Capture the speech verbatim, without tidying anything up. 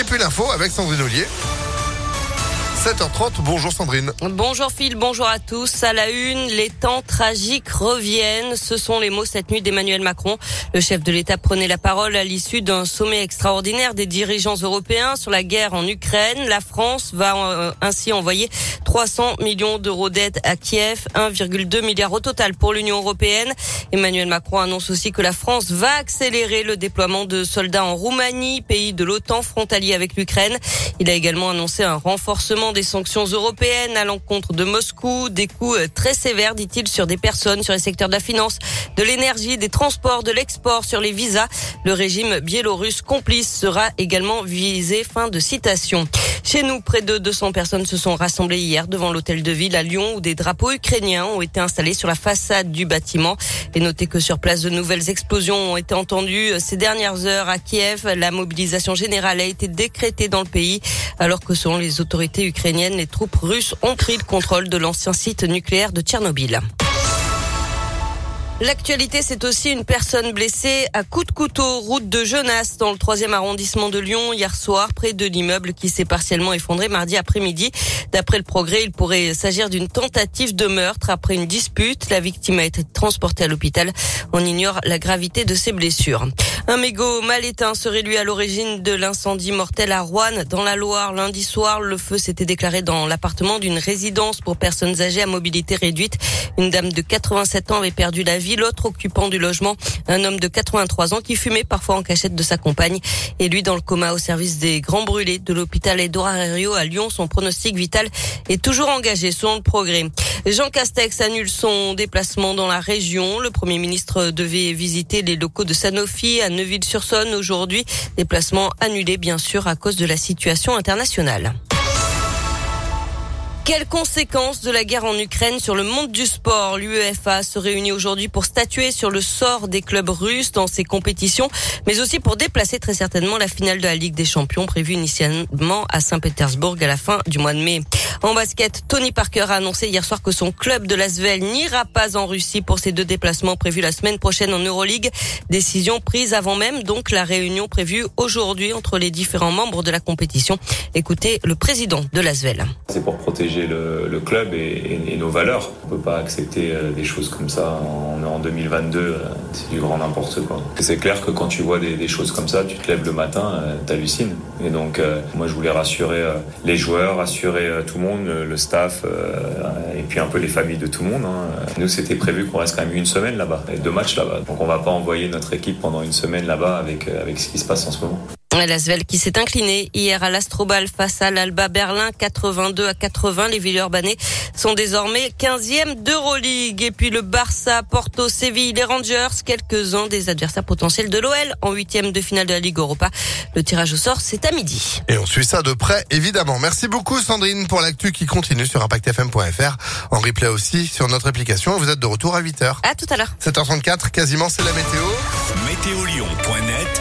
puis l'info avec Sandrine Ollier. sept heures trente, bonjour Sandrine. Bonjour Phil, bonjour à tous. À la une, les temps tragiques reviennent. Ce sont les mots cette nuit d'Emmanuel Macron. Le chef de l'État prenait la parole à l'issue d'un sommet extraordinaire des dirigeants européens sur la guerre en Ukraine. La France va euh, ainsi envoyer trois cents millions d'euros d'aide à Kiev, un virgule deux milliard au total pour l'Union européenne. Emmanuel Macron annonce aussi que la France va accélérer le déploiement de soldats en Roumanie, pays de l'OTAN frontalier avec l'Ukraine. Il a également annoncé un renforcement des sanctions européennes à l'encontre de Moscou, des coups très sévères, dit-il, sur des personnes, sur les secteurs de la finance, de l'énergie, des transports, de l'export, sur les visas. Le régime biélorusse complice sera également visé. Fin de citation. Chez nous, près de deux cents personnes se sont rassemblées hier devant l'hôtel de ville à Lyon où des drapeaux ukrainiens ont été installés sur la façade du bâtiment. Et notez que sur place, de nouvelles explosions ont été entendues ces dernières heures à Kiev. La mobilisation générale a été décrétée dans le pays alors que selon les autorités ukrainiennes, les troupes russes ont pris le contrôle de l'ancien site nucléaire de Tchernobyl. L'actualité, c'est aussi une personne blessée à coups de couteau, route de Genasse, dans le troisième arrondissement de Lyon, hier soir, près de l'immeuble qui s'est partiellement effondré mardi après-midi. D'après le Progrès, il pourrait s'agir d'une tentative de meurtre après une dispute. La victime a été transportée à l'hôpital. On ignore la gravité de ses blessures. Un mégot mal éteint serait lui à l'origine de l'incendie mortel à Roanne, dans la Loire. Lundi soir, le feu s'était déclaré dans l'appartement d'une résidence pour personnes âgées à mobilité réduite. Une dame de quatre-vingt-sept ans avait perdu la vie. L'autre occupant du logement, un homme de quatre-vingt-trois ans qui fumait parfois en cachette de sa compagne, et lui dans le coma au service des grands brûlés de l'hôpital Édouard Herriot à Lyon. Son pronostic vital est toujours engagé selon le Progrès. Jean Castex annule son déplacement dans la région. Le Premier ministre devait visiter les locaux de Sanofi à Neuville-sur-Saône aujourd'hui. Déplacement annulé bien sûr à cause de la situation internationale. Quelles conséquences de la guerre en Ukraine sur le monde du sport? L'UEFA se réunit aujourd'hui pour statuer sur le sort des clubs russes dans ces compétitions, mais aussi pour déplacer très certainement la finale de la Ligue des Champions prévue initialement à Saint-Pétersbourg à la fin du mois de mai. En basket, Tony Parker a annoncé hier soir que son club de l'Asvel n'ira pas en Russie pour ses deux déplacements prévus la semaine prochaine en Euroleague. Décision prise avant même donc la réunion prévue aujourd'hui entre les différents membres de la compétition. Écoutez le président de l'Asvel. C'est pour protéger le, le club et, et, et nos valeurs. On peut pas accepter des choses comme ça. On est en deux mille vingt-deux, c'est du grand n'importe quoi. C'est clair que quand tu vois des, des choses comme ça, tu te lèves le matin, t'hallucines. Et donc euh, moi je voulais rassurer les joueurs, rassurer tout le monde, le staff euh, et puis un peu les familles de tout le monde. Hein. Nous c'était prévu qu'on reste quand même une semaine là-bas, et deux matchs là-bas. Donc on va pas envoyer notre équipe pendant une semaine là-bas avec, avec ce qui se passe en ce moment. L'Asvel qui s'est incliné hier à l'Astrobal face à l'Alba Berlin, quatre-vingt-deux à quatre-vingts. Les Villeurbanais sont désormais quinzième d'Euroleague. Et puis le Barça, Porto, Séville, les Rangers, quelques-uns des adversaires potentiels de l'O L en huitième de finale de la Ligue Europa. Le tirage au sort, c'est à midi. Et on suit ça de près, évidemment. Merci beaucoup Sandrine pour l'actu qui continue sur impact f m point f r. En replay aussi sur notre application. Vous êtes de retour à huit heures. À tout à l'heure. sept heures trente-quatre, quasiment c'est la météo. météo lyon point net